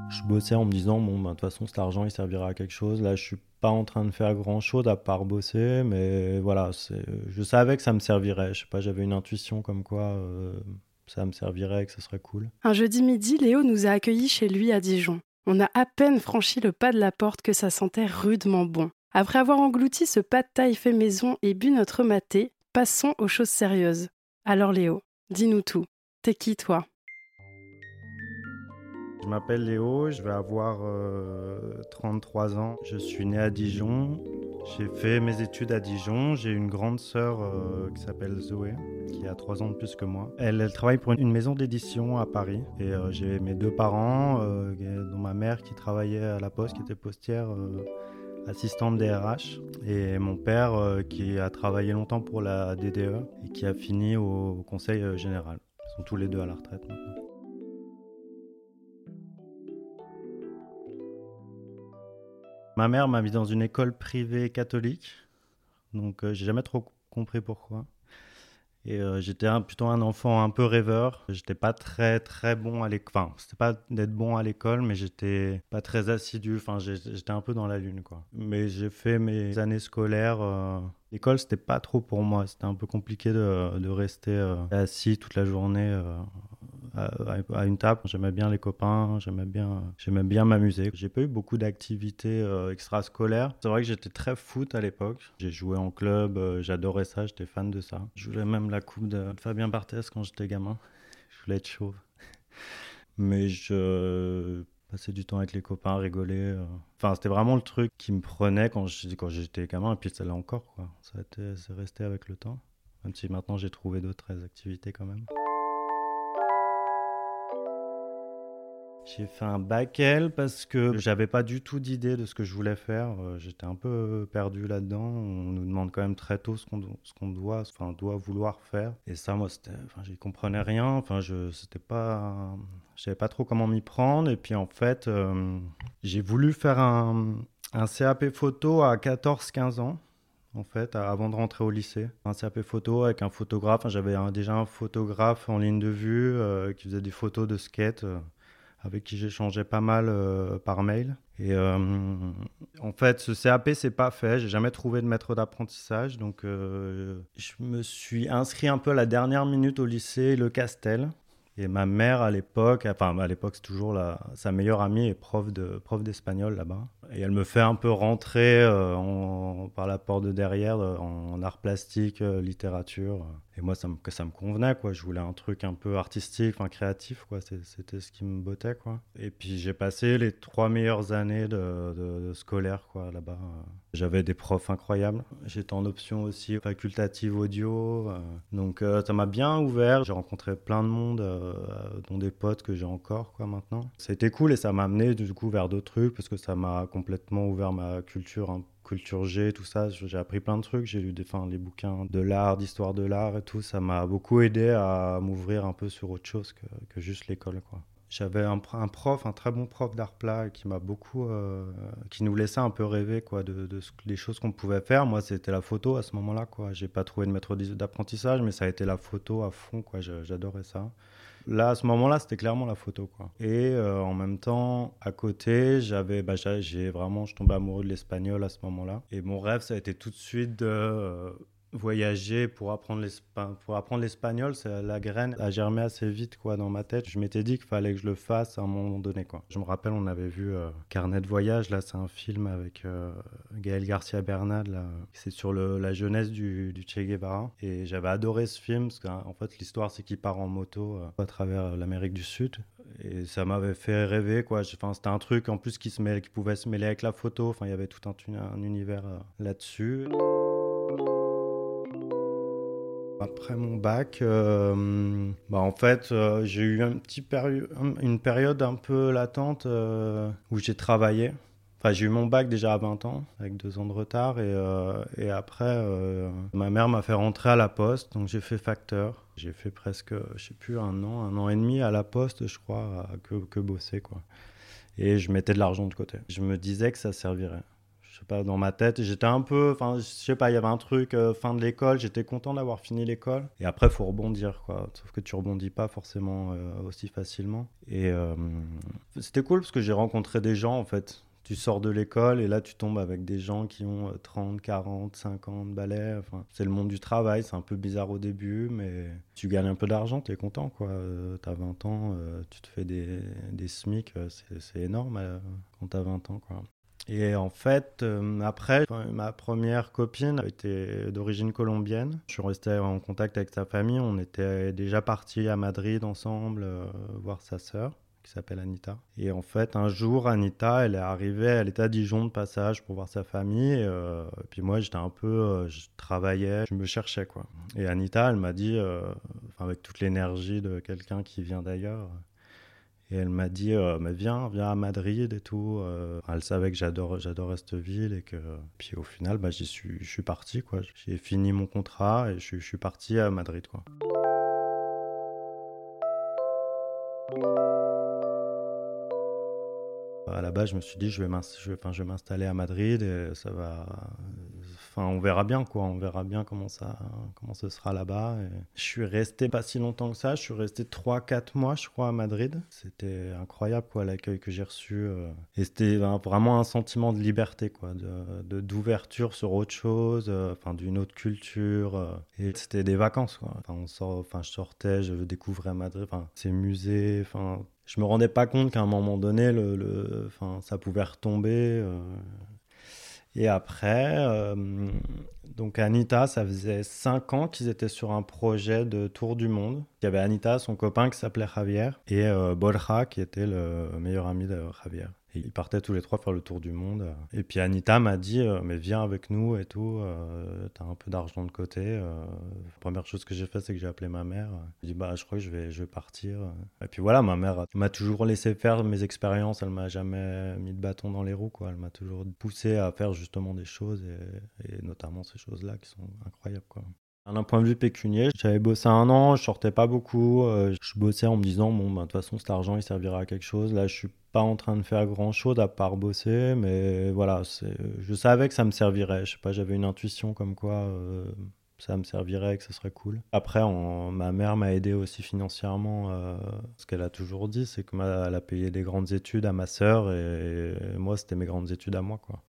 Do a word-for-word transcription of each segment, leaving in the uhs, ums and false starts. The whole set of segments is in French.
Je bossais en me disant, bon, bah, de toute façon, cet argent, il servira à quelque chose. Là, je suis pas en train de faire grand-chose à part bosser, mais voilà, c'est... je savais que ça me servirait. Je sais pas, j'avais une intuition comme quoi euh, ça me servirait et que ce serait cool. Un jeudi midi, Léo nous a accueillis chez lui à Dijon. On a à peine franchi le pas de la porte que ça sentait rudement bon. Après avoir englouti ce pas de taille fait maison et bu notre maté, passons aux choses sérieuses. Alors Léo, dis-nous tout. T'es qui toi ? Je m'appelle Léo, je vais avoir euh, trente-trois ans. Je suis né à Dijon. J'ai fait mes études à Dijon. J'ai une grande sœur euh, qui s'appelle Zoé, qui a trois ans de plus que moi. Elle, elle travaille pour une maison d'édition à Paris. Et euh, j'ai mes deux parents, euh, dont ma mère qui travaillait à la Poste, qui était postière, euh, assistante D R H. Et mon père euh, qui a travaillé longtemps pour la D D E et qui a fini au Conseil euh, général. Ils sont tous les deux à la retraite maintenant. Ma mère m'a mis dans une école privée catholique, donc euh, j'ai jamais trop compris pourquoi. Et euh, j'étais un, plutôt un enfant un peu rêveur. J'étais pas très très bon à l'école. Enfin, c'était pas d'être bon à l'école, mais j'étais pas très assidu. Enfin, j'ai- j'étais un peu dans la lune, quoi. Mais j'ai fait mes années scolaires. euh, L'école, c'était pas trop pour moi. C'était un peu compliqué de, de rester euh, assis toute la journée. euh, à, à une table. J'aimais bien les copains, j'aimais bien, j'aimais bien m'amuser. J'ai pas eu beaucoup d'activités euh, extrascolaires. C'est vrai que j'étais très foot à l'époque. J'ai joué en club, euh, j'adorais ça, j'étais fan de ça. Je voulais même la coupe de Fabien Barthez quand j'étais gamin. Je voulais être chauve. Mais je passais du temps avec les copains, rigoler. euh. Enfin, c'était vraiment le truc qui me prenait quand je- quand j'étais gamin. Et puis ça l'est encore, quoi. Ça a été, c'est resté avec le temps. Même si maintenant j'ai trouvé d'autres activités quand même. J'ai fait un bac L parce que j'avais pas du tout d'idée de ce que je voulais faire. Euh, J'étais un peu perdu là-dedans. On nous demande quand même très tôt ce qu'on do- ce qu'on doit, enfin, doit vouloir faire. Et ça, moi, c'était, enfin, j'y comprenais rien. Enfin, je, c'était pas, je savais pas trop comment m'y prendre. Et puis en fait, euh, j'ai voulu faire un, un C A P photo à quatorze quinze ans. En fait, avant de rentrer au lycée. Un C A P photo avec un photographe. Enfin, j'avais un- déjà un photographe en ligne de vue euh, qui faisait des photos de skate. euh, avec qui j'échangeais pas mal euh, par mail. Et euh, en fait, ce C A P, c'est pas fait. J'ai jamais trouvé de maître d'apprentissage. Donc, euh, je me suis inscrit un peu à la dernière minute au lycée Le Castel. Et ma mère, à l'époque, enfin, à l'époque, c'est toujours la, sa meilleure amie est prof, de, prof d'espagnol là-bas. Et elle me fait un peu rentrer euh, en, par la porte de derrière euh, en art plastique, euh, littérature. Et moi, ça me, que ça me convenait, quoi. Je voulais un truc un peu artistique, enfin créatif, quoi. C'est- C'était ce qui me bottait, quoi. Et puis, j'ai passé les trois meilleures années de, de, de scolaire, quoi, là-bas. J'avais des profs incroyables. J'étais en option aussi facultative audio. euh, donc, euh, ça m'a bien ouvert. J'ai rencontré plein de monde, euh, dont des potes que j'ai encore, quoi, maintenant. C'était cool et ça m'a amené, du coup, vers d'autres trucs parce que ça m'a complètement ouvert ma culture, hein, culture G, tout ça. J'ai appris plein de trucs. J'ai lu des, enfin, les bouquins de l'art, d'histoire de l'art et tout. Ça m'a beaucoup aidé à m'ouvrir un peu sur autre chose que, que juste l'école, quoi. J'avais un, un prof, un très bon prof d'art plat qui m'a beaucoup, euh, qui nous laissait un peu rêver, quoi, de, de ce, des choses qu'on pouvait faire. Moi, c'était la photo à ce moment-là, quoi. J'ai pas trouvé de maître d'apprentissage, mais ça a été la photo à fond, quoi. J'adorais ça. Là, à ce moment-là, c'était clairement la photo, quoi. Et euh, en même temps, à côté, j'avais, bah, j'ai j'ai vraiment, je tombais amoureux de l'espagnol à ce moment-là. Et mon rêve, ça a été tout de suite de euh, voyager pour apprendre l'espa- pour apprendre l'espagnol. C'est- La graine a germé assez vite, quoi, dans ma tête. Je m'étais dit qu'il fallait que je le fasse à un moment donné, quoi. Je me rappelle, on avait vu euh, Carnet de voyage. Là, c'est un film avec euh, Gaël Garcia Bernal. Là. C'est sur le, la jeunesse du, du Che Guevara. Et j'avais adoré ce film parce qu'en fait, l'histoire, c'est qu'il part en moto euh, à travers l'Amérique du Sud. Et ça m'avait fait rêver, quoi. Enfin, c'était un truc en plus qui, se mêle, qui pouvait se mêler avec la photo. Enfin, il y avait tout un, un univers euh, là-dessus. Après mon bac, euh, bah en fait, euh, j'ai eu un petit péri- une période un peu latente euh, où j'ai travaillé. Enfin, j'ai eu mon bac déjà à vingt ans, avec deux ans de retard. Et, euh, et après, euh, ma mère m'a fait rentrer à la poste, donc j'ai fait facteur. J'ai fait presque, je sais plus, un an, un an et demi à la poste, je crois, à que, que bosser, quoi. Et je mettais de l'argent de côté. Je me disais que ça servirait. je sais pas, dans ma tête, j'étais un peu, enfin, je sais pas, il y avait un truc, euh, fin de l'école, j'étais content d'avoir fini l'école. Et après, faut rebondir, quoi. Sauf que tu rebondis pas forcément euh, aussi facilement. Et euh, c'était cool parce que j'ai rencontré des gens, en fait. Tu sors de l'école et là, tu tombes avec des gens qui ont trente, quarante, cinquante balais. Enfin, c'est le monde du travail, c'est un peu bizarre au début, mais tu gagnes un peu d'argent, tu es content, quoi. Euh, t'as vingt ans, euh, tu te fais des, des SMIC, euh, c'est, c'est énorme euh, quand t'as vingt ans, quoi. Et en fait, euh, après, ma première copine était d'origine colombienne. Je suis resté en contact avec sa famille. On était déjà partis à Madrid ensemble euh, voir sa sœur, qui s'appelle Anita. Et en fait, un jour, Anita, elle est arrivée, elle était à Dijon de passage pour voir sa famille. Et, euh, et puis moi, j'étais un peu, euh, je travaillais, je me cherchais, quoi. Et Anita, elle m'a dit, euh, avec toute l'énergie de quelqu'un qui vient d'ailleurs, et elle m'a dit, euh, mais viens, viens à Madrid et tout. Euh, elle savait que j'adore, j'adorais cette ville et que. Puis au final, bah, j'y suis, je suis parti, quoi. J'ai fini mon contrat et je, je suis parti à Madrid, quoi. À la base, je me suis dit, je vais, je, enfin, je vais m'installer à Madrid et ça va. Enfin, on verra bien, quoi. On verra bien comment ça, comment ce sera là-bas. Et je suis resté pas si longtemps que ça. Je suis resté trois quatre mois, je crois, à Madrid. C'était incroyable, quoi, l'accueil que j'ai reçu. Et c'était vraiment un sentiment de liberté, quoi, de, de, d'ouverture sur autre chose, enfin, d'une autre culture. Et c'était des vacances, quoi. Enfin, on sort, enfin, je sortais, je découvrais Madrid, enfin, ces musées, enfin. Je me rendais pas compte qu'à un moment donné, le, le, enfin, ça pouvait retomber. Euh. Et après, euh, donc Anita, ça faisait cinq ans qu'ils étaient sur un projet de tour du monde. Il y avait Anita, son copain qui s'appelait Javier, et euh, Borja, qui était le meilleur ami de Javier. Et ils partaient tous les trois faire le tour du monde. Et puis Anita m'a dit, euh, mais viens avec nous et tout, euh, t'as un peu d'argent de côté. Euh, la première chose que j'ai fait, c'est que j'ai appelé ma mère. J'ai dit, bah, je crois que je vais, je vais partir. Et puis voilà, ma mère m'a toujours laissé faire mes expériences. Elle m'a jamais mis de bâton dans les roues, quoi. Elle m'a toujours poussé à faire justement des choses, et, et notamment ces choses-là qui sont incroyables, quoi. D'un point de vue pécunier, j'avais bossé un an, je sortais pas beaucoup, euh, je bossais en me disant, bon, bah, de toute façon, cet argent, il servira à quelque chose. Là, je suis pas en train de faire grand-chose à part bosser, mais voilà, c'est... je savais que ça me servirait. Je sais pas, j'avais une intuition comme quoi euh, ça me servirait et que ce serait cool. Après, on... ma mère m'a aidé aussi financièrement. Euh, ce qu'elle a toujours dit, c'est qu'elle a payé des grandes études à ma sœur, et, et moi, c'était mes grandes études à moi, quoi.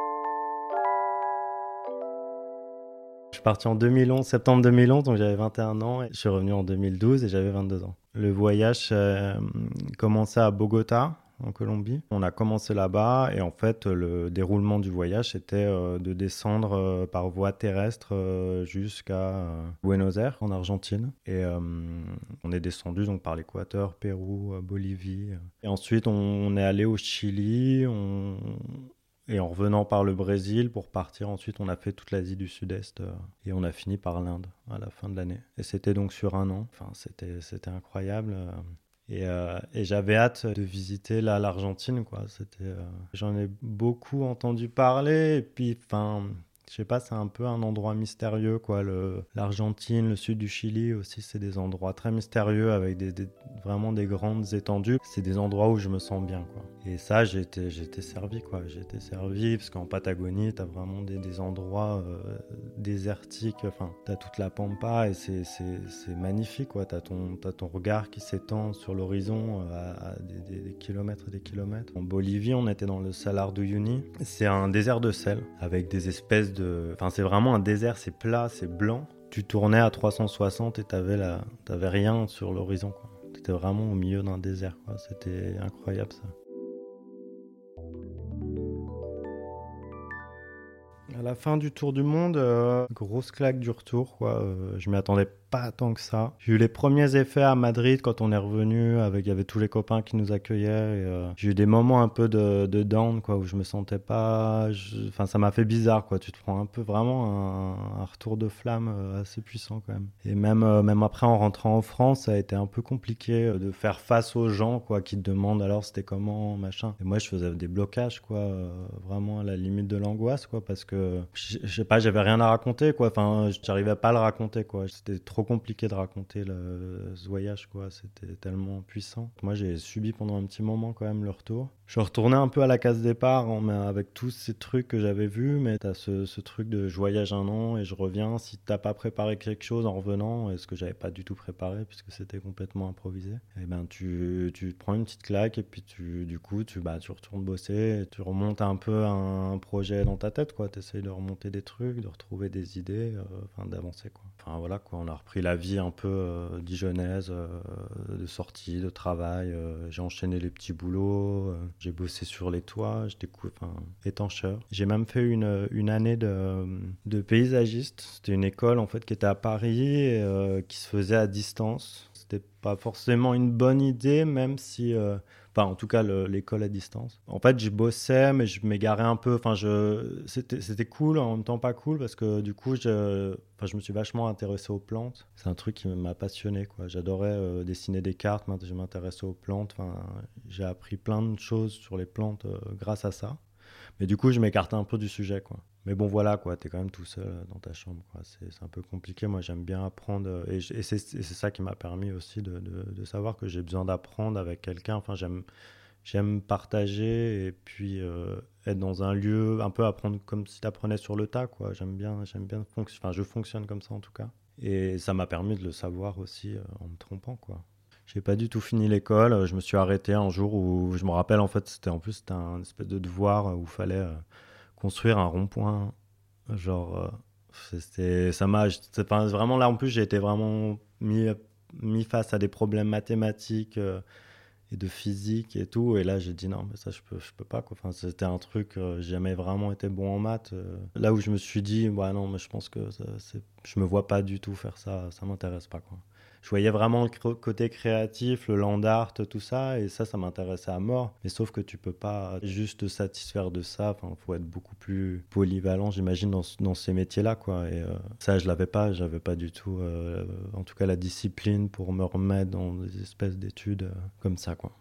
Je suis parti en deux mille onze, septembre deux mille onze, donc j'avais vingt et un ans, et je suis revenu en deux mille douze et j'avais vingt-deux ans. Le voyage euh, commençait à Bogota, en Colombie. On a commencé là-bas, et en fait, le déroulement du voyage, c'était euh, de descendre euh, par voie terrestre euh, jusqu'à euh, Buenos Aires, en Argentine. Et euh, on est descendu donc par l'Équateur, Pérou, euh, Bolivie. Et ensuite, on, on est allé au Chili, on... Et en revenant par le Brésil pour partir, ensuite on a fait toute l'Asie du Sud-Est euh, et on a fini par l'Inde à la fin de l'année. Et c'était donc sur un an. Enfin, c'était, c'était incroyable. Euh, et, euh, et j'avais hâte de visiter là, l'Argentine, quoi. C'était, euh, j'en ai beaucoup entendu parler. Et puis, enfin, je sais pas, c'est un peu un endroit mystérieux, quoi. Le, L'Argentine, le sud du Chili aussi, c'est des endroits très mystérieux avec des, des, vraiment des grandes étendues. C'est des endroits où je me sens bien, quoi. Et ça, j'ai été, j'ai été servi, quoi. J'ai été servi parce qu'en Patagonie, t'as vraiment des, des endroits euh, désertiques. Enfin, t'as toute la pampa et c'est, c'est, c'est magnifique, quoi. T'as ton, t'as ton regard qui s'étend sur l'horizon à, à des, des, des kilomètres et des kilomètres. En Bolivie, on était dans le Salar d'Uyuni. C'est un désert de sel avec des espèces de... Enfin, c'est vraiment un désert, c'est plat, c'est blanc. Tu tournais à trois cent soixante et t'avais, la... t'avais rien sur l'horizon, quoi. T'étais vraiment au milieu d'un désert, quoi. C'était incroyable, ça. À la fin du tour du monde, euh, grosse claque du retour, quoi. Euh, je m'y attendais pas tant que ça. J'ai eu les premiers effets à Madrid quand on est revenu, avec il y avait tous les copains qui nous accueillaient. Et, euh, j'ai eu des moments un peu de, de down, quoi, où je me sentais pas. Je... Enfin, ça m'a fait bizarre, quoi. Tu te prends un peu vraiment un, un retour de flamme euh, assez puissant, quand même. Et même euh, même après, en rentrant en France, ça a été un peu compliqué euh, de faire face aux gens, quoi, qui te demandent alors c'était comment, machin. Et moi, je faisais des blocages, quoi, euh, vraiment à la limite de l'angoisse, quoi, parce que je, je sais pas, j'avais rien à raconter, quoi. Enfin, j'arrivais pas à le raconter, quoi. C'était trop compliqué de raconter le, ce voyage, quoi. C'était tellement puissant. Moi, j'ai subi pendant un petit moment quand même le retour. Je retournais un peu à la case départ hein, mais avec tous ces trucs que j'avais vus, mais t'as ce, ce truc de je voyage un an et je reviens. Si t'as pas préparé quelque chose en revenant, et ce que j'avais pas du tout préparé puisque c'était complètement improvisé, et ben tu, tu te prends une petite claque et puis tu, du coup tu, bah, tu retournes bosser, et tu remontes un peu un projet dans ta tête, quoi. T'essayes de remonter des trucs, de retrouver des idées, euh, enfin d'avancer, quoi. Enfin voilà, quoi. On a repris la vie un peu euh, dijonnaise, euh, de sortie, de travail. Euh, j'ai enchaîné les petits boulots. Euh, J'ai bossé sur les toits, j'étais cou- enfin, étancheur. J'ai même fait une, une année de, de paysagiste. C'était une école en fait qui était à Paris et euh, qui se faisait à distance. C'était pas forcément une bonne idée, même si, euh, enfin en tout cas le- l'école à distance. En fait, je bossais, mais je m'égarais un peu. Enfin, je, c'était, c'était cool, en même temps pas cool parce que du coup, je, enfin, je me suis vachement intéressé aux plantes. C'est un truc qui m'a passionné, quoi. J'adorais euh, dessiner des cartes. Moi, je m'intéressais aux plantes. Enfin, j'ai appris plein de choses sur les plantes euh, grâce à ça. Mais du coup, je m'écartais un peu du sujet, quoi. Mais bon, voilà, quoi. T'es quand même tout seul euh, dans ta chambre, quoi. C'est, c'est un peu compliqué. Moi, j'aime bien apprendre. euh, Et, j- et c'est, et c'est ça qui m'a permis aussi de, de, de savoir que j'ai besoin d'apprendre avec quelqu'un. Enfin, j'aime, j'aime partager et puis euh, être dans un lieu, un peu apprendre comme si t'apprenais sur le tas, quoi. J'aime bien, j'aime bien fonctionner. Enfin, je fonctionne comme ça, en tout cas. Et ça m'a permis de le savoir aussi euh, en me trompant, quoi. J'ai pas du tout fini l'école. euh, Je me suis arrêté un jour où je me rappelle en fait c'était en plus c'était un espèce de devoir euh, où il fallait euh, construire un rond-point. Genre euh, c'était ça m'a c'était enfin, vraiment là en plus j'ai été vraiment mis mis face à des problèmes mathématiques euh, et de physique et tout et là j'ai dit non mais ça je peux je peux pas quoi. Enfin c'était un truc euh, j'ai jamais vraiment été bon en maths. euh. Là où je me suis dit ouais non mais je pense que ça, c'est je me vois pas du tout faire ça ça m'intéresse pas quoi. Je voyais vraiment le cr- côté créatif, le land art, tout ça, et ça, ça m'intéressait à mort. Mais sauf que tu peux pas juste te satisfaire de ça. Enfin, faut être beaucoup plus polyvalent, j'imagine, dans, ce- dans ces métiers-là, quoi. Et euh, ça, je l'avais pas. J'avais pas du tout, euh, en tout cas, la discipline pour me remettre dans des espèces d'études euh, comme ça, quoi.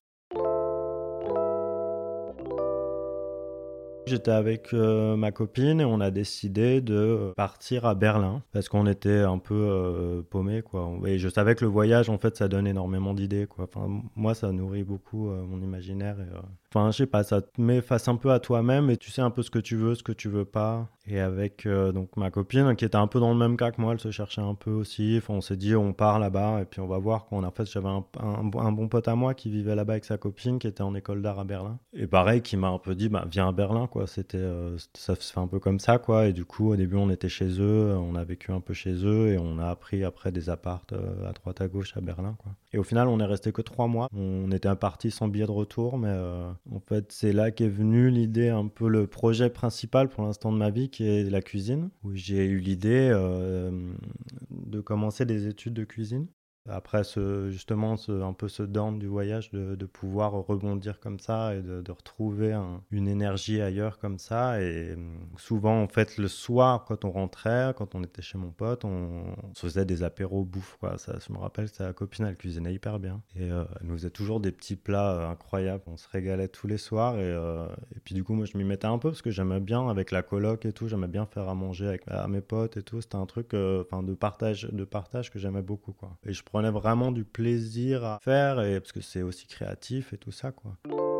J'étais avec euh, ma copine et on a décidé de partir à Berlin parce qu'on était un peu euh, paumés, quoi. Et je savais que le voyage, en fait, ça donne énormément d'idées, quoi. Enfin, moi, ça nourrit beaucoup euh, mon imaginaire. Et, euh, Enfin, je sais pas, ça te met face un peu à toi-même et tu sais un peu ce que tu veux, ce que tu veux pas. Et avec euh, donc ma copine qui était un peu dans le même cas que moi, elle se cherchait un peu aussi. Enfin, on s'est dit, on part là-bas et puis on va voir. Quoi. En fait, j'avais un, un, un bon pote à moi qui vivait là-bas avec sa copine qui était en école d'art à Berlin. Et pareil, qui m'a un peu dit, bah, viens à Berlin, quoi. C'était, euh, ça se fait un peu comme ça, quoi. Et du coup, au début, on était chez eux, on a vécu un peu chez eux et on a appris après des appartes euh, à droite à gauche à Berlin, quoi. Et au final, on est resté que trois mois. On était parti sans billet de retour, mais euh, en fait, c'est là qu'est venue l'idée, un peu le projet principal pour l'instant de ma vie, qui est la cuisine, où j'ai eu l'idée euh, de commencer des études de cuisine. Après ce, justement ce, un peu ce down du voyage, de, de pouvoir rebondir comme ça et de, de retrouver un- une énergie ailleurs comme ça. Et hum, souvent, en fait, le soir, quand on rentrait, quand on était chez mon pote, on, on se faisait des apéros bouffe, quoi. Ça, je me rappelle, sa copine, elle cuisinait hyper bien. Et euh, elle nous faisait toujours des petits plats euh, incroyables. On se régalait tous les soirs. Et, euh, et puis du coup, moi, je m'y mettais un peu parce que j'aimais bien, avec la coloc et tout, j'aimais bien faire à manger avec à mes potes et tout. C'était un truc euh, enfin, de partage, de partage que j'aimais beaucoup, quoi. Et je prenais vraiment du plaisir à faire, et, parce que c'est aussi créatif et tout ça, quoi.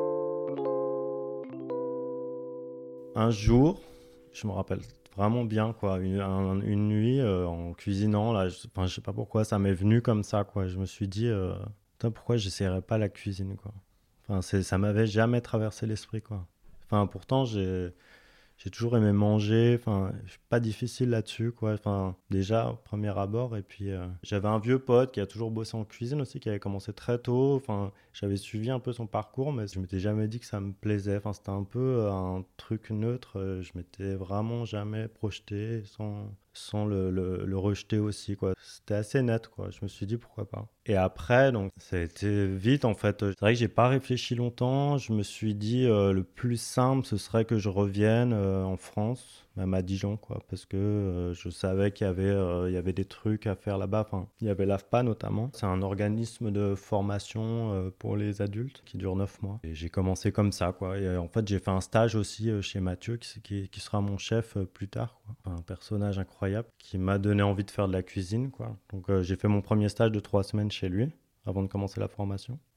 Un jour, je me rappelle vraiment bien, quoi, une, un- une nuit euh, en cuisinant, là, je, enfin, je sais pas pourquoi, ça m'est venu comme ça, quoi. Je me suis dit, euh, putain, pourquoi j'essaierais pas la cuisine, quoi. Enfin, c'est, ça m'avait jamais traversé l'esprit, quoi. Enfin, pourtant, j'ai, j'ai toujours aimé manger, enfin, je suis pas difficile là-dessus, quoi. Enfin, déjà, au premier abord, et puis euh, j'avais un vieux pote qui a toujours bossé en cuisine aussi, qui avait commencé très tôt. Enfin, j'avais suivi un peu son parcours, mais je m'étais jamais dit que ça me plaisait. Enfin, c'était un peu euh, un truc neutre. euh, Je m'étais vraiment jamais projeté sans, sans le, le, le rejeter aussi, quoi. C'était assez net, quoi. Je me suis dit pourquoi pas. Et après, donc, ça a été vite, en fait. C'est vrai que j'ai pas réfléchi longtemps. Je me suis dit, euh, le plus simple, ce serait que je revienne euh, en France, même à Dijon, quoi. Parce que euh, je savais qu'il y avait, euh, il y avait des trucs à faire là-bas. Enfin, il y avait l'A F P A notamment. C'est un organisme de formation euh, pour les adultes qui dure neuf mois. Et j'ai commencé comme ça, quoi. Et euh, en fait, j'ai fait un stage aussi euh, chez Mathieu, qui, qui, qui sera mon chef euh, plus tard, quoi. Enfin, un personnage incroyable qui m'a donné envie de faire de la cuisine, quoi. Donc, euh, j'ai fait mon premier stage de trois semaines chez lui avant de commencer la formation.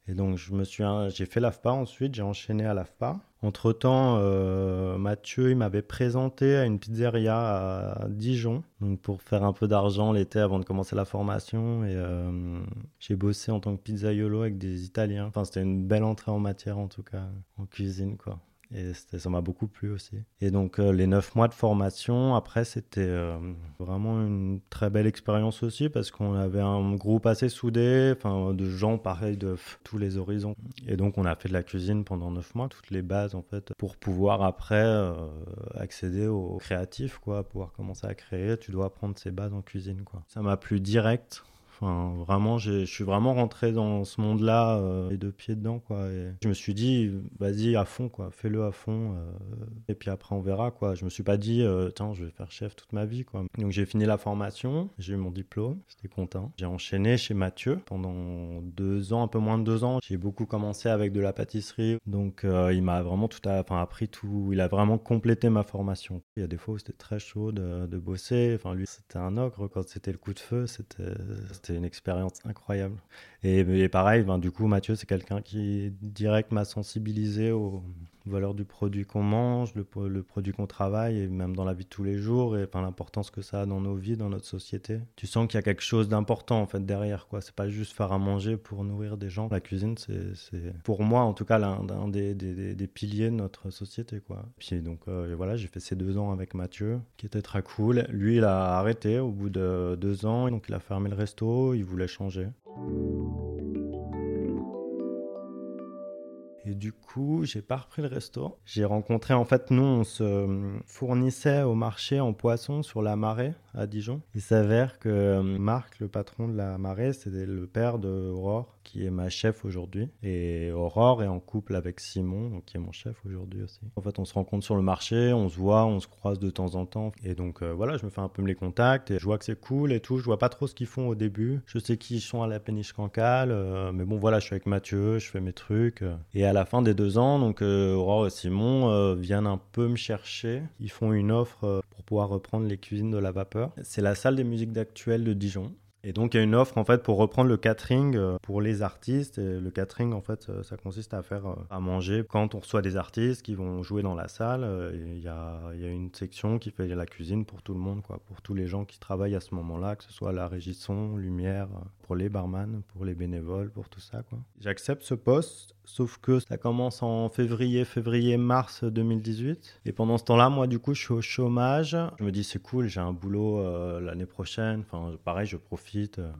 Et donc, je me suis, j'ai fait l'A F P A ensuite, j'ai enchaîné à l'A F P A. Entre-temps, euh, Mathieu, il m'avait présenté à une pizzeria à Dijon, donc pour faire un peu d'argent l'été avant de commencer la formation. Et euh, j'ai bossé en tant que pizzaiolo avec des Italiens. Enfin, c'était une belle entrée en matière, en tout cas, en cuisine, quoi. Et ça m'a beaucoup plu aussi. Et donc, euh, les neuf mois de formation, après, c'était euh, vraiment une très belle expérience aussi parce qu'on avait un groupe assez soudé, enfin, de gens pareils de pff, tous les horizons. Et donc, on a fait de la cuisine pendant neuf mois, toutes les bases, en fait, pour pouvoir après euh, accéder au créatif, quoi, pouvoir commencer à créer. Tu dois apprendre ces bases en cuisine, quoi. Ça m'a plu direct. Enfin, vraiment, j'ai, je suis vraiment rentré dans ce monde-là, euh, les deux pieds dedans, quoi. Et je me suis dit, vas-y, à fond, quoi. Fais-le à fond. Euh, et puis après, on verra, quoi. Je me suis pas dit, euh, tiens, je vais faire chef toute ma vie, quoi. Donc, j'ai fini la formation, j'ai eu mon diplôme, j'étais content. J'ai enchaîné chez Mathieu pendant deux ans, un peu moins de deux ans. J'ai beaucoup commencé avec de la pâtisserie. Donc, euh, il m'a vraiment tout à, enfin, appris tout. Il a vraiment complété ma formation. Il y a des fois où c'était très chaud de, de bosser. Enfin, lui, c'était un ogre. Quand c'était le coup de feu, c'était, c'était une expérience incroyable. Et, et pareil, ben, du coup, Mathieu, c'est quelqu'un qui direct m'a sensibilisé aux valeurs du produit qu'on mange, le, le produit qu'on travaille, et même dans la vie de tous les jours, et enfin, l'importance que ça a dans nos vies, dans notre société. Tu sens qu'il y a quelque chose d'important en fait derrière, quoi. C'est pas juste faire à manger pour nourrir des gens. La cuisine, c'est, c'est pour moi, en tout cas, l'un, l'un des, des, des piliers de notre société, quoi. Puis donc, euh, voilà, j'ai fait ces deux ans avec Mathieu, qui était très cool. Lui, il a arrêté au bout de deux ans, donc il a fermé le resto, il voulait changer. Et du coup, j'ai pas repris le resto. J'ai rencontré, en fait, nous, on se fournissait au marché en poisson sur la Marée à Dijon. Il s'avère que Marc, le patron de la Marée, c'est le père de Aurore, qui est ma chef aujourd'hui. Et Aurore est en couple avec Simon, donc qui est mon chef aujourd'hui aussi. En fait, on se rencontre sur le marché, on se voit, on se croise de temps en temps. Et donc, euh, voilà, je me fais un peu les contacts et je vois que c'est cool et tout. Je vois pas trop ce qu'ils font au début. Je sais qu'ils sont à la péniche Cancale, euh, mais bon, voilà, je suis avec Mathieu, je fais mes trucs. Euh, et à la fin des deux ans, donc euh, Aurore et Simon euh, viennent un peu me chercher. Ils font une offre euh, pour pouvoir reprendre les cuisines de la vapeur. C'est la salle des musiques d'actuel de Dijon. Et donc, il y a une offre en fait pour reprendre le catering euh, pour les artistes. Et le catering, en fait, ça, ça consiste à faire euh, à manger quand on reçoit des artistes qui vont jouer dans la salle. Euh, Il y a, il y a une section qui fait la cuisine pour tout le monde, quoi, pour tous les gens qui travaillent à ce moment-là, que ce soit la régie son, lumière, euh, pour les barman, pour les bénévoles, pour tout ça, quoi. J'accepte ce poste, sauf que ça commence en février, février-mars deux mille dix-huit. Et pendant ce temps-là, moi, du coup, je suis au chômage. Je me dis, c'est cool, j'ai un boulot euh, l'année prochaine. Enfin, pareil, je profite.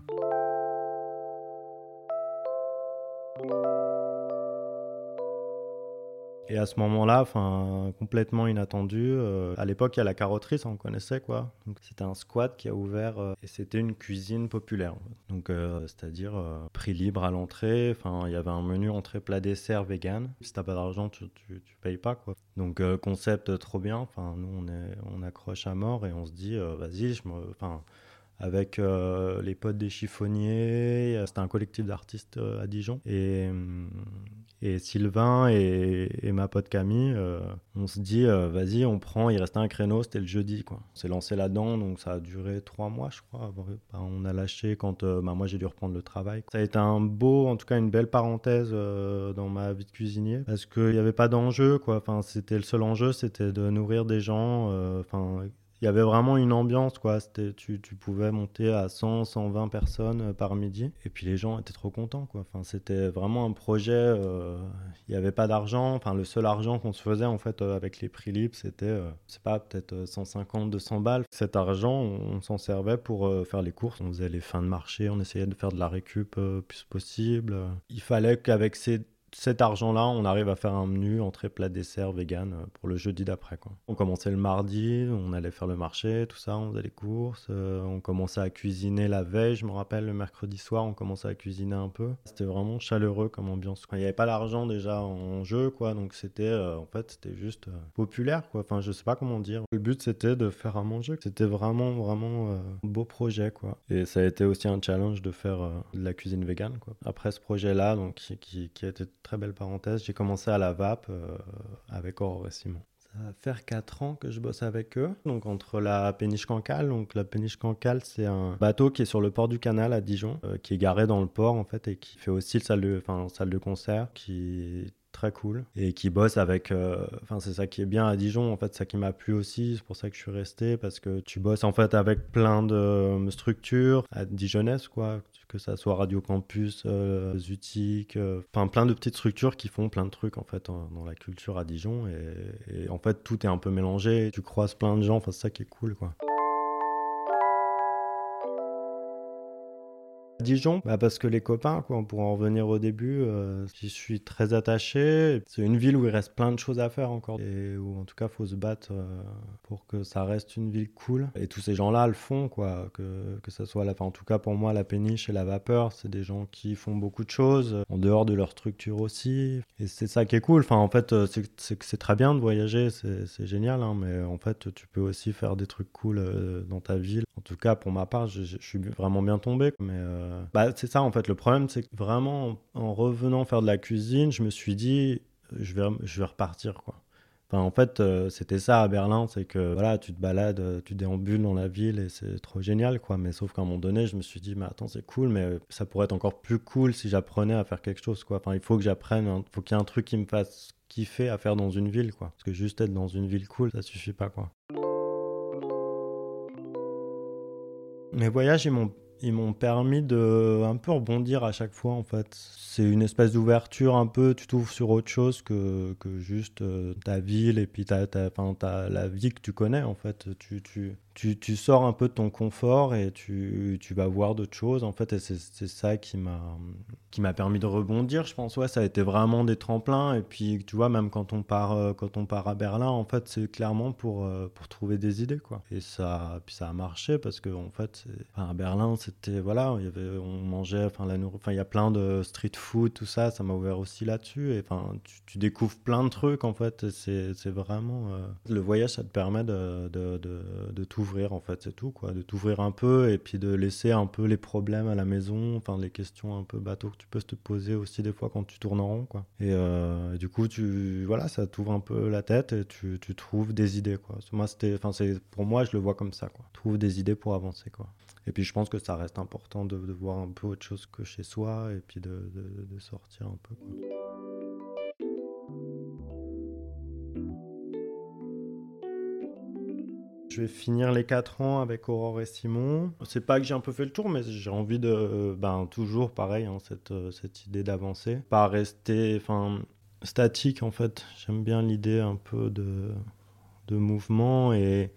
Et à ce moment-là, enfin, complètement inattendu, euh, à l'époque, il y a la carrosserie, ça on connaissait, quoi. Donc, c'était un squat qui a ouvert euh, et c'était une cuisine populaire. Donc, euh, c'est-à-dire euh, prix libre à l'entrée. Enfin, il y avait un menu entrée plat dessert vegan. Si t'as pas d'argent, tu, tu, tu payes pas, quoi. Donc, euh, concept trop bien. Enfin, nous, on, est, on accroche à mort et on se dit, euh, vas-y, je me... Enfin, avec euh, les potes des chiffonniers. C'était un collectif d'artistes euh, à Dijon. Et, et Sylvain et, et ma pote Camille, euh, on se dit, euh, vas-y, on prend. Il restait un créneau, c'était le jeudi, quoi. On s'est lancé là-dedans, donc ça a duré trois mois, je crois. Bah, on a lâché quand euh, bah, moi j'ai dû reprendre le travail. Ça a été un beau, en tout cas une belle parenthèse euh, dans ma vie de cuisinier, parce qu'il n'y avait pas d'enjeu, quoi. Enfin, c'était le seul enjeu, c'était de nourrir des gens. Enfin, euh, il y avait vraiment une ambiance, quoi. C'était, tu, tu pouvais monter à cent, cent vingt personnes par midi. Et puis les gens étaient trop contents, quoi. Enfin, c'était vraiment un projet. Euh, il n'y avait pas d'argent. Enfin, le seul argent qu'on se faisait, en fait, euh, avec les prix libres, c'était, euh, c'est pas, peut-être cent cinquante, deux cents balles. Cet argent, on, on s'en servait pour euh, faire les courses. On faisait les fins de marché. On essayait de faire de la récup euh, le plus possible. Il fallait qu'avec ces cet argent-là, on arrive à faire un menu entrée plat dessert vegan pour le jeudi d'après, quoi. On commençait le mardi, on allait faire le marché, tout ça, on faisait les courses, euh, on commençait à cuisiner la veille, je me rappelle le mercredi soir, on commençait à cuisiner un peu. C'était vraiment chaleureux comme ambiance. Il n'y avait pas l'argent déjà en jeu, quoi, donc c'était euh, en fait c'était juste euh, populaire, quoi. Enfin, je sais pas comment dire. Le but c'était de faire à manger. C'était vraiment vraiment euh, un beau projet, quoi. Et ça a été aussi un challenge de faire euh, de la cuisine vegan, quoi. Après ce projet-là, donc qui, qui, qui a été très belle parenthèse, j'ai commencé à la vape euh, avec Aurore et Simon. Ça va faire quatre ans que je bosse avec eux. Donc entre la péniche Cancale, donc la péniche Cancale, c'est un bateau qui est sur le port du Canal à Dijon, euh, qui est garé dans le port en fait et qui fait aussi le salle de, enfin, salle de concert, qui est très cool et qui bosse avec. euh, Enfin, c'est ça qui est bien à Dijon. En fait, ça qui m'a plu aussi. C'est pour ça que je suis resté parce que tu bosses en fait avec plein de euh, structures à Dijonnaise, quoi. Que ça soit Radio Campus, euh, Zutik, euh, enfin plein de petites structures qui font plein de trucs en fait en- dans la culture à Dijon et, et en fait tout est un peu mélangé, tu croises plein de gens, enfin c'est ça qui est cool quoi. Dijon, bah parce que les copains, quoi, pour en revenir au début, euh, j'y suis très attaché. C'est une ville où il reste plein de choses à faire encore et où en tout cas faut se battre euh, pour que ça reste une ville cool. Et tous ces gens-là le font, quoi, que, que ça soit la, enfin, en tout cas pour moi la péniche et la vapeur, c'est des gens qui font beaucoup de choses en dehors de leur structure aussi. Et c'est ça qui est cool. Enfin en fait euh, c'est, c'est que c'est très bien de voyager, c'est, c'est génial, hein, mais en fait tu peux aussi faire des trucs cool euh, dans ta ville. En tout cas pour ma part, je, je suis vraiment bien tombé, mais euh, bah, c'est ça en fait, le problème c'est que vraiment en revenant faire de la cuisine, je me suis dit je vais, je vais repartir quoi. Enfin, en fait, euh, c'était ça à Berlin, c'est que voilà, tu te balades, euh, tu déambules dans la ville et c'est trop génial quoi. Mais sauf qu'à un moment donné, je me suis dit, mais attends, c'est cool, mais ça pourrait être encore plus cool si j'apprenais à faire quelque chose quoi. Enfin, il faut que j'apprenne, il faut qu'il y ait un truc qui me fasse kiffer à faire dans une ville quoi. Parce que juste être dans une ville cool, ça suffit pas quoi. Mes voyages, ils m'ont, ils m'ont permis de un peu rebondir à chaque fois, en fait. C'est une espèce d'ouverture un peu, tu t'ouvres sur autre chose que, que juste euh, ta ville et puis ta, ta, enfin, ta, la vie que tu connais, en fait. Tu, tu, tu, tu sors un peu de ton confort et tu, tu vas voir d'autres choses, en fait. Et c'est, c'est ça qui m'a, qui m'a permis de rebondir, je pense. Ouais, ça a été vraiment des tremplins. Et puis, tu vois, même quand on part, euh, quand on part à Berlin, en fait, c'est clairement pour, euh, pour trouver des idées, quoi. Et ça, puis ça a marché parce que, en fait, c'est- enfin, à Berlin, c'était, voilà, il y avait, on mangeait, enfin, la nourriture, enfin, il y a plein de street food, tout ça, ça m'a ouvert aussi là-dessus. Et enfin, tu, tu découvres plein de trucs, en fait. Et C'est, c'est vraiment, euh, le voyage, ça te permet de, de, de, de t'ouvrir, en fait, c'est tout, quoi. De t'ouvrir un peu et puis de laisser un peu les problèmes à la maison, enfin, les questions un peu bateau que tu peux te poser aussi des fois quand tu tournes en rond, quoi. Et euh, du coup, tu, voilà, ça t'ouvre un peu la tête et tu, tu trouves des idées, quoi. Moi, c'était, enfin, c'est, pour moi, je le vois comme ça, quoi. Trouve des idées pour avancer, quoi. Et puis, je pense que ça reste important de, de voir un peu autre chose que chez soi et puis de, de, de sortir un peu, quoi. Je vais finir les quatre ans avec Aurore et Simon. C'est pas que j'ai un peu fait le tour, mais j'ai envie de, ben toujours pareil, hein, cette, euh, cette idée d'avancer, pas rester, enfin, statique en fait. J'aime bien l'idée un peu de, de mouvement et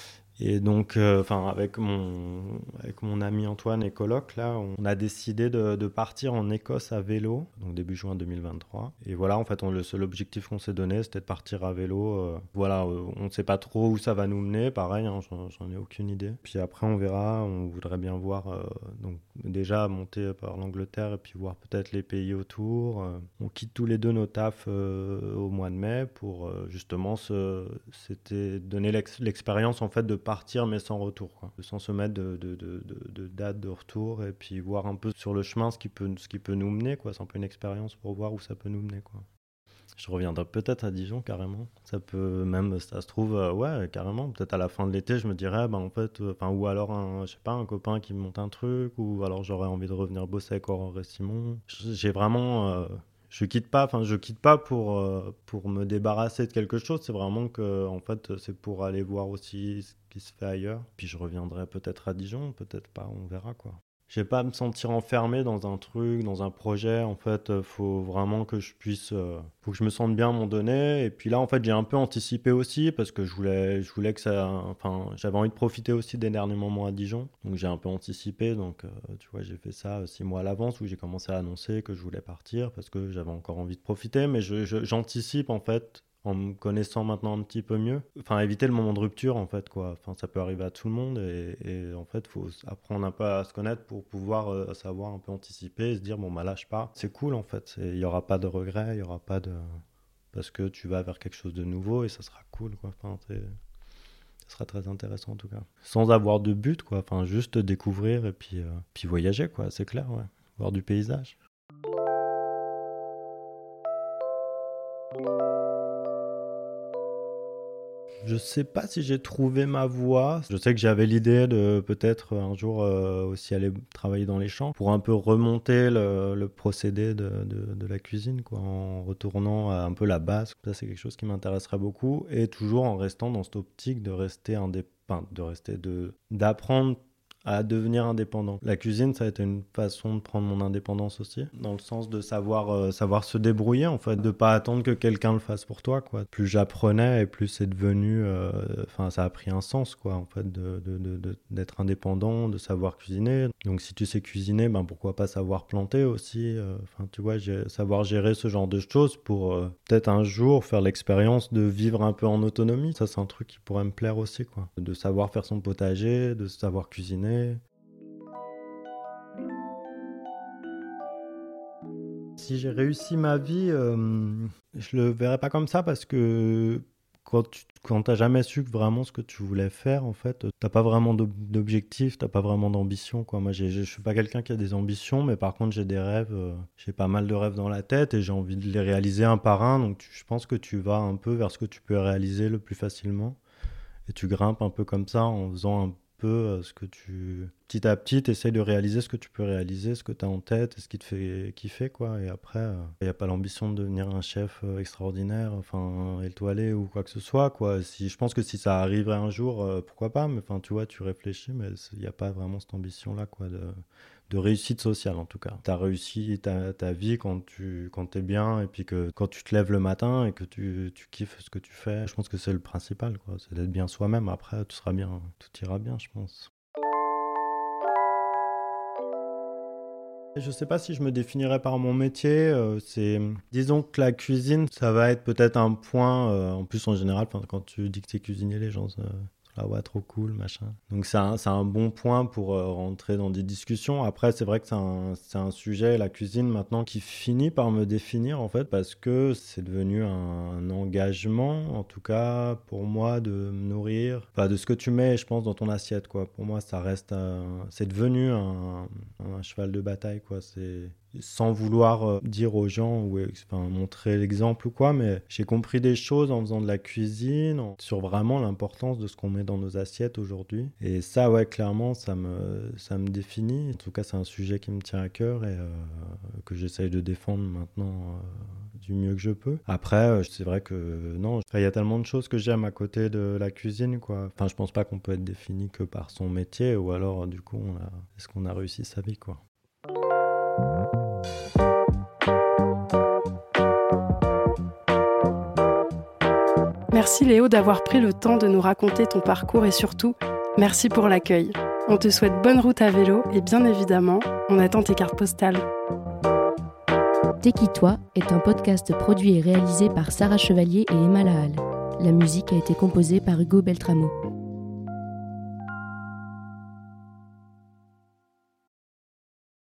et donc, euh, enfin, avec mon, avec mon ami Antoine et coloc, là, on a décidé de, de partir en Écosse à vélo, donc début juin deux mille vingt-trois. Et voilà, en fait, on, le seul objectif qu'on s'est donné, c'était de partir à vélo. euh, voilà, euh, on ne sait pas trop où ça va nous mener, pareil, hein, j'en, j'en ai aucune idée. Puis après, on verra, on voudrait bien voir, euh, donc déjà monter par l'Angleterre et puis voir peut-être les pays autour. Euh, on quitte tous les deux nos tafs euh, au mois de mai pour euh, justement se, c'était donner l'ex- l'expérience en fait de partir mais sans retour, quoi. Sans se mettre de, de, de, de, de date de retour et puis voir un peu sur le chemin ce qui peut, ce qui peut nous mener, quoi. C'est un peu une expérience pour voir où ça peut nous mener, quoi. Je reviendrai peut-être à Dijon carrément. Ça peut même, ça se trouve, euh, ouais, carrément. Peut-être à la fin de l'été, je me dirais, bah en fait, enfin, euh, ou alors un, je sais pas, un copain qui me monte un truc, ou alors j'aurais envie de revenir bosser avec Aurore et Simon. J'ai vraiment, euh, je quitte pas, enfin, je quitte pas pour euh, pour me débarrasser de quelque chose. C'est vraiment que, en fait, c'est pour aller voir aussi ce qui se fait ailleurs. Puis je reviendrai peut-être à Dijon, peut-être pas, on verra quoi. Je vais pas me sentir enfermé dans un truc, dans un projet. En fait, euh, faut vraiment que je puisse, euh, faut que je me sente bien à un moment donné. Et puis là, en fait, j'ai un peu anticipé aussi parce que je voulais, je voulais que ça, enfin, j'avais envie de profiter aussi des derniers moments à Dijon. Donc j'ai un peu anticipé. Donc, euh, tu vois, j'ai fait ça euh, six mois à l'avance où j'ai commencé à annoncer que je voulais partir parce que j'avais encore envie de profiter. Mais je, je- j'anticipe en fait en me connaissant maintenant un petit peu mieux. Enfin, éviter le moment de rupture, en fait, quoi. Enfin, ça peut arriver à tout le monde et, et en fait, il faut apprendre un peu à se connaître pour pouvoir euh, savoir un peu anticiper et se dire, bon, bah lâche pas. C'est cool, en fait. Il n'y aura pas de regrets, il n'y aura pas de... Parce que tu vas vers quelque chose de nouveau et ça sera cool, quoi. Enfin, c'est... Ça sera très intéressant, en tout cas. Sans avoir de but, quoi. Enfin, juste découvrir et puis, euh, puis voyager, quoi. C'est clair, ouais. Voir du paysage. Je sais pas si j'ai trouvé ma voie. Je sais que j'avais l'idée de peut-être un jour euh, aussi aller travailler dans les champs pour un peu remonter le, le procédé de, de, de la cuisine, quoi, en retournant à un peu la base. Ça, c'est quelque chose qui m'intéresserait beaucoup et toujours en restant dans cette optique de rester indépendant, de rester de d'apprendre à devenir indépendant. La cuisine, ça a été une façon de prendre mon indépendance aussi, dans le sens de savoir, euh, savoir se débrouiller, en fait, de pas attendre que quelqu'un le fasse pour toi, quoi. Plus j'apprenais et plus c'est devenu, enfin, euh, ça a pris un sens, quoi, en fait, de, de, de, de, d'être indépendant, de savoir cuisiner. Donc, si tu sais cuisiner, ben pourquoi pas savoir planter aussi. Enfin, euh, tu vois, j'ai, savoir gérer ce genre de choses pour euh, peut-être un jour faire l'expérience de vivre un peu en autonomie. Ça, c'est un truc qui pourrait me plaire aussi, quoi. De savoir faire son potager, de savoir cuisiner. Si j'ai réussi ma vie, euh, je le verrais pas comme ça parce que quand tu quand t'as jamais su vraiment ce que tu voulais faire, en fait, t'as pas vraiment d'objectif, t'as pas vraiment d'ambition, quoi. Moi, j'ai, je suis pas quelqu'un qui a des ambitions, mais par contre, j'ai des rêves, euh, j'ai pas mal de rêves dans la tête et j'ai envie de les réaliser un par un. Donc, tu, je pense que tu vas un peu vers ce que tu peux réaliser le plus facilement et tu grimpes un peu comme ça en faisant un peu ce que tu... Petit à petit, tu essaies de réaliser ce que tu peux réaliser, ce que tu as en tête et ce qui te fait kiffer, quoi. Et après, il n'y a pas l'ambition de devenir un chef extraordinaire, enfin, étoilé ou quoi que ce soit, quoi. Si, je pense que si ça arriverait un jour, euh, pourquoi pas, mais enfin, tu vois, tu réfléchis, mais il n'y a pas vraiment cette ambition-là, quoi, de... de réussite sociale en tout cas. Tu as réussi ta, ta vie quand tu quand es bien et puis que quand tu te lèves le matin et que tu, tu kiffes ce que tu fais. Je pense que c'est le principal, quoi. C'est d'être bien soi-même. Après, tout sera bien, tout ira bien, je pense. Je sais pas si je me définirais par mon métier. Euh, c'est, disons que la cuisine, ça va être peut-être un point. Euh, en plus, en général, quand tu dis que t'es cuisinier, les gens... Euh, ah ouais, trop cool, machin. Donc c'est un, c'est un bon point pour euh, rentrer dans des discussions. Après, c'est vrai que c'est un, c'est un sujet, la cuisine, maintenant, qui finit par me définir, en fait, parce que c'est devenu un, un engagement, en tout cas, pour moi, de me nourrir. Enfin, de ce que tu mets, je pense, dans ton assiette, quoi. Pour moi, ça reste... Un, c'est devenu un, un cheval de bataille, quoi. C'est... sans vouloir euh, dire aux gens ou enfin, montrer l'exemple ou quoi, mais j'ai compris des choses en faisant de la cuisine, en... sur vraiment l'importance de ce qu'on met dans nos assiettes aujourd'hui. Et ça, ouais, clairement, ça me, ça me définit. En tout cas, c'est un sujet qui me tient à cœur et euh, que j'essaye de défendre maintenant euh, du mieux que je peux. Après, euh, c'est vrai que euh, non, il y a tellement de choses que j'aime à côté de la cuisine, quoi. Enfin, je pense pas qu'on peut être défini que par son métier, ou alors, du coup, on a... est-ce qu'on a réussi sa vie, quoi. Merci Léo d'avoir pris le temps de nous raconter ton parcours et surtout, merci pour l'accueil. On te souhaite bonne route à vélo et bien évidemment, on attend tes cartes postales. T'es qui toi est un podcast produit et réalisé par Sarah Chevalier et Emma Lahal. La musique a été composée par Hugo Beltramo.